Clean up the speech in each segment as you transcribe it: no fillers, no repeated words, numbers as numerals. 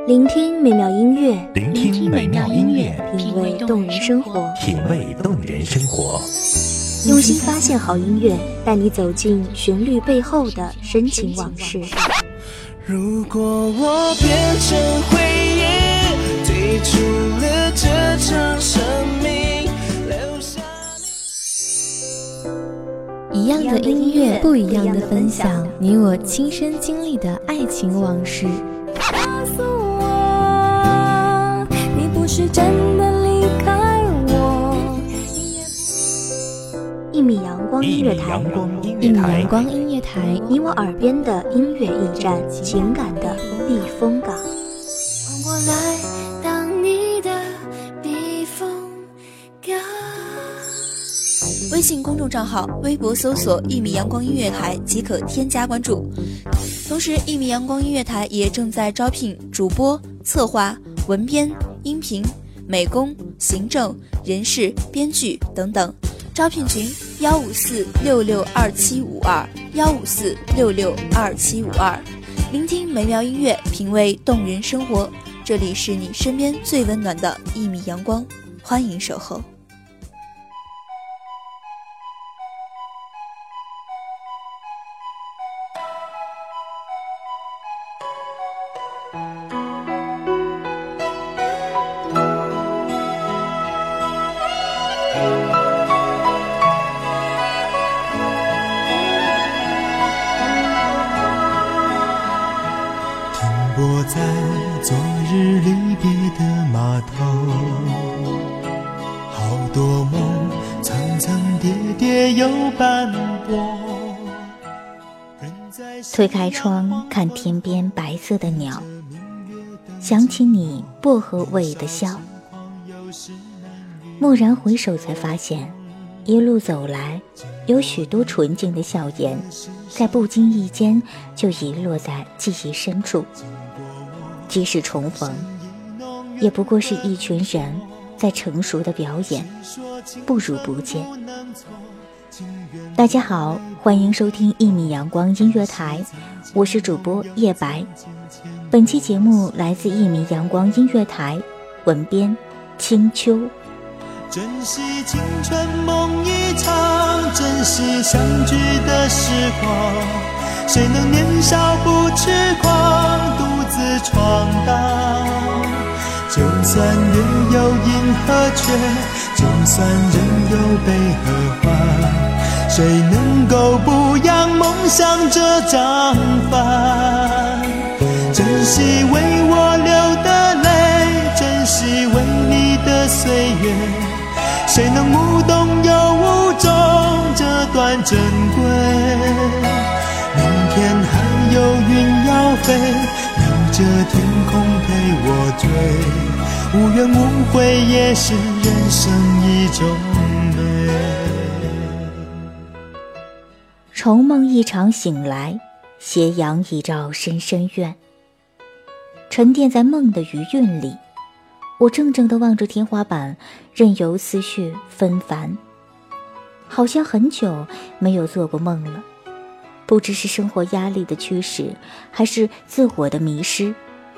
聆听美妙音乐， 聆听美妙音乐， 品味动人生活， 品味动人生活。 用心发现好音乐，带你走进旋律背后的深情往事。 如果我变成回忆，退出了这场生命，留下一样的音乐，不一样的分享，你我亲身经历的爱情往事。 告诉我，你不是真的离开我。 一米阳光音乐台， 一米阳光音乐台， 你我耳边的音乐驿站，情感的避风港。 换我来当你的避风港。 微信公众账号、微博搜索“一米阳光音乐台”即可添加关注。同时，一米阳光音乐台也正在招聘主播、策划、文编、音频、美工、行政、人事、编剧等等。招聘群154662752，154662752。聆听美妙音乐，品味动人生活。这里是你身边最温暖的一米阳光，欢迎守候。 泊在昨日离别的码头，好多梦层层叠叠又斑驳。 推开窗看天边白色的鸟，想起你薄荷味的笑。蓦然回首才发现，一路走来有许多纯净的笑颜，在不经意间就遗落在记忆深处。即使重逢，也不过是一群人在成熟的表演，不如不见。大家好，欢迎收听一米阳光音乐台，我是主播叶白。本期节目来自一米阳光音乐台，文编清秋。 珍惜青春梦一场，珍惜相聚的时光，谁能年少不痴狂，独自闯荡。就算月有阴和缺，就算人有悲和欢，谁能够不扬梦想这张帆？珍惜为我流的泪，珍惜为你的岁月，谁能无动又无衷这段珍贵？明天还有云要飞，留着天空陪我追，无怨无悔也是人生一种美。 愁梦一场醒来，斜阳一照深深院。沉淀在梦的余韵里，我怔怔地望着天花板，任由思绪纷繁。好像很久没有做过梦了，不知是生活压力的驱使，还是自我的迷失。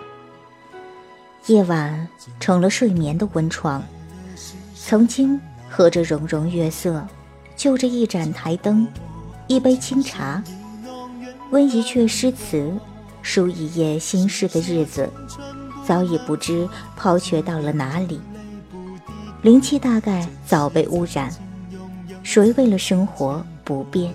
夜晚成了睡眠的温床，曾经和着融融月色，就着一盏台灯，一杯清茶，温一阙诗词，数一夜心事的日子，早已不知抛却到了哪里。灵气大概早被污染，谁为了生活不变？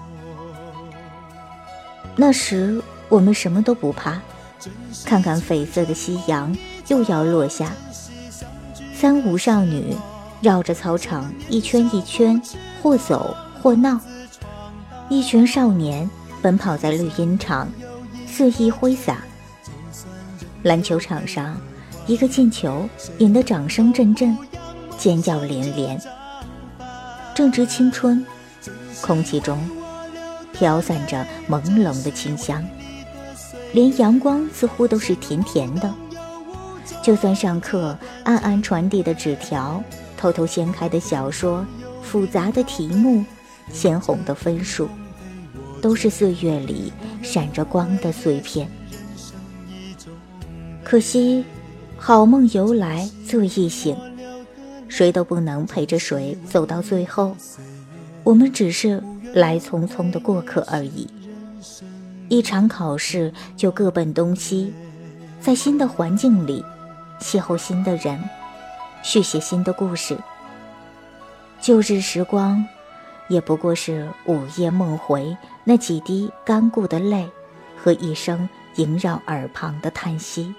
那时我们什么都不怕，看看绯色的夕阳又要落下，三五少女绕着操场一圈一圈，或走或闹，一群少年奔跑在绿茵场，肆意挥洒。篮球场上，一个进球引得掌声阵阵，尖叫连连。正值青春，空气中飘散着朦胧的清香，连阳光似乎都是甜甜的。就算上课暗暗传递的纸条，偷偷掀开的小说，复杂的题目，鲜红的分数，都是岁月里闪着光的碎片。可可惜好梦由来醉意醒，谁都不能陪着谁走到最后，我们只是来匆匆的过客而已。一场考试就各奔东西，在新的环境里邂逅新的人，续写新的故事。旧日时光也不过是午夜梦回那几滴干固的泪和一声萦绕耳旁的叹息。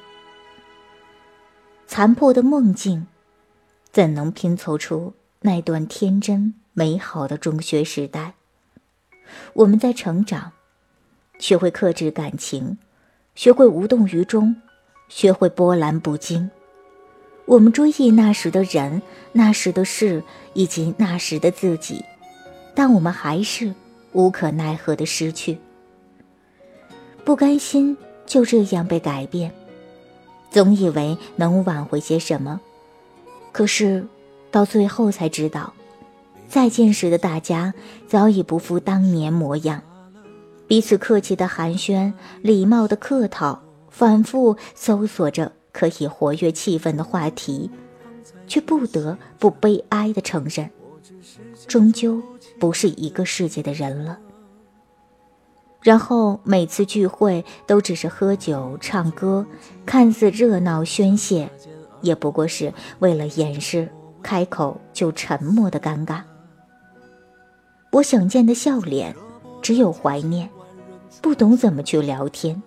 残破的梦境怎能拼凑出那段天真美好的中学时代？我们在成长，学会克制感情，学会无动于衷，学会波澜不惊。我们追忆那时的人，那时的事，以及那时的自己，但我们还是无可奈何的失去。不甘心就这样被改变，总以为能挽回些什么，可是到最后才知道，再见时的大家早已不复当年模样。彼此客气的寒暄，礼貌的客套，反复搜索着可以活跃气氛的话题，却不得不悲哀地承认，终究不是一个世界的人了。然后每次聚会都只是喝酒唱歌，看似热闹宣泄，也不过是为了掩饰开口就沉默的尴尬。我想见的笑脸只有怀念，不懂怎么去聊天。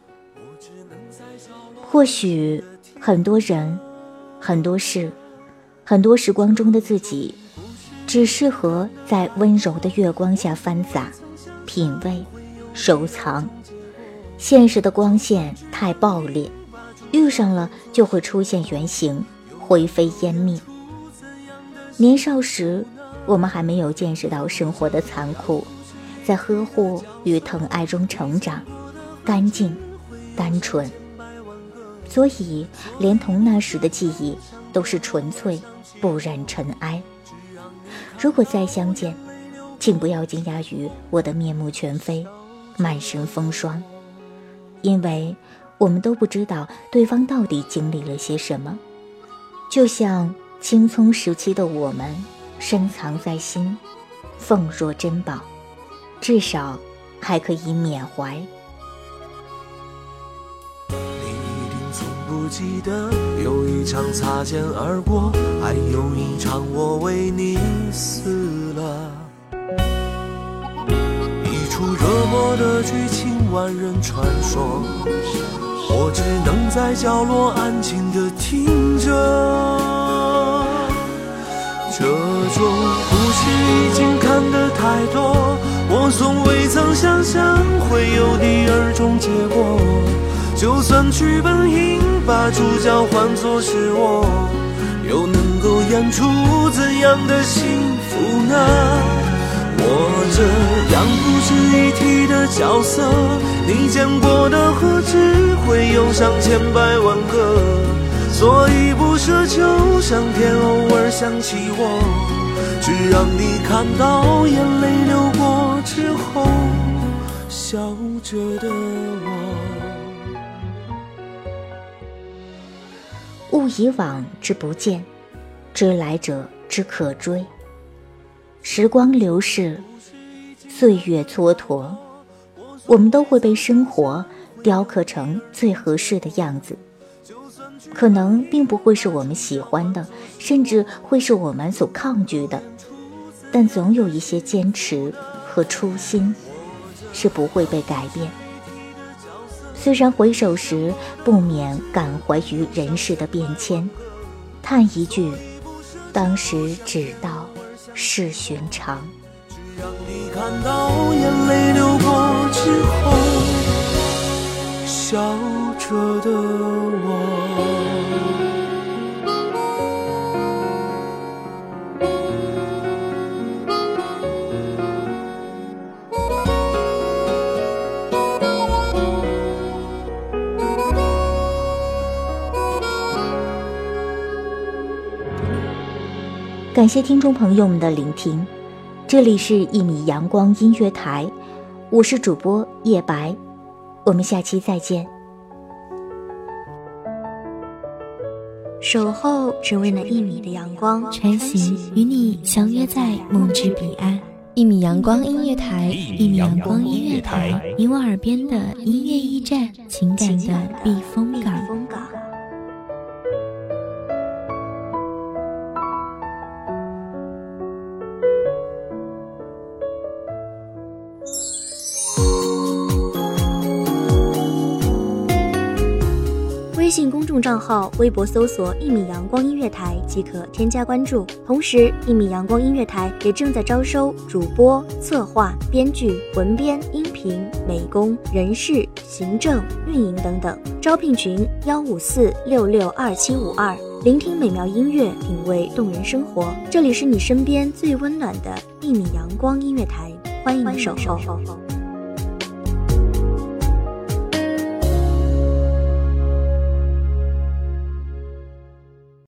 或许很多人，很多事，很多时光中的自己，只适合在温柔的月光下翻洒、品味、收藏。现实的光线太暴烈，遇上了就会出现原形，灰飞烟灭。年少时，我们还没有见识到生活的残酷，在呵护与疼爱中成长，干净、单纯，所以连同那时的记忆都是纯粹，不染尘埃。如果再相见，请不要惊讶于我的面目全非，满身风霜，因为我们都不知道对方到底经历了些什么。就像青葱时期的我们，深藏在心，奉若珍宝，至少还可以缅怀。 你一定从不记得，有一场擦肩而过，还有一场我为你死了。一出热播的剧情，万人传说，我只能在角落安静地听着。这种故事已经看得太多，我从未曾想象会有第二种结果。就算剧本应把主角换作是我，又能够演出怎样的幸福呢？我这样不值一提的角色，你见过的何止会有上千百万个，所以不奢求上天偶尔想起我，只让你看到眼泪流过之后笑着的我。 勿以往之不见，知来者之可追。时光流逝，岁月蹉跎，我们都会被生活雕刻成最合适的样子，可能并不会是我们喜欢的，甚至会是我们所抗拒的，但总有一些坚持和初心是不会被改变。虽然回首时不免感怀于人世的变迁，叹一句当时只道是寻常， 只让你看到眼泪流过之后笑着的我。 感谢听众朋友们的聆听，这里是1米阳光音乐台，我是主播叶白，我们下期再见。 守候只为那1米的阳光， 穿行与你相约在梦之彼岸。1米阳光音乐台，1米阳光音乐台，你我耳边的音乐驿站，情感的避风港。 微信公众账号、微博搜索1米阳光音乐台即可添加关注。同时，1米阳光音乐台也正在招收主播、策划、编剧、文编、音频、美工、人事、行政、运营等等。招聘群154662752。聆听美妙音乐，品味动人生活。这里是你身边最温暖的1米阳光音乐台，欢迎你守候。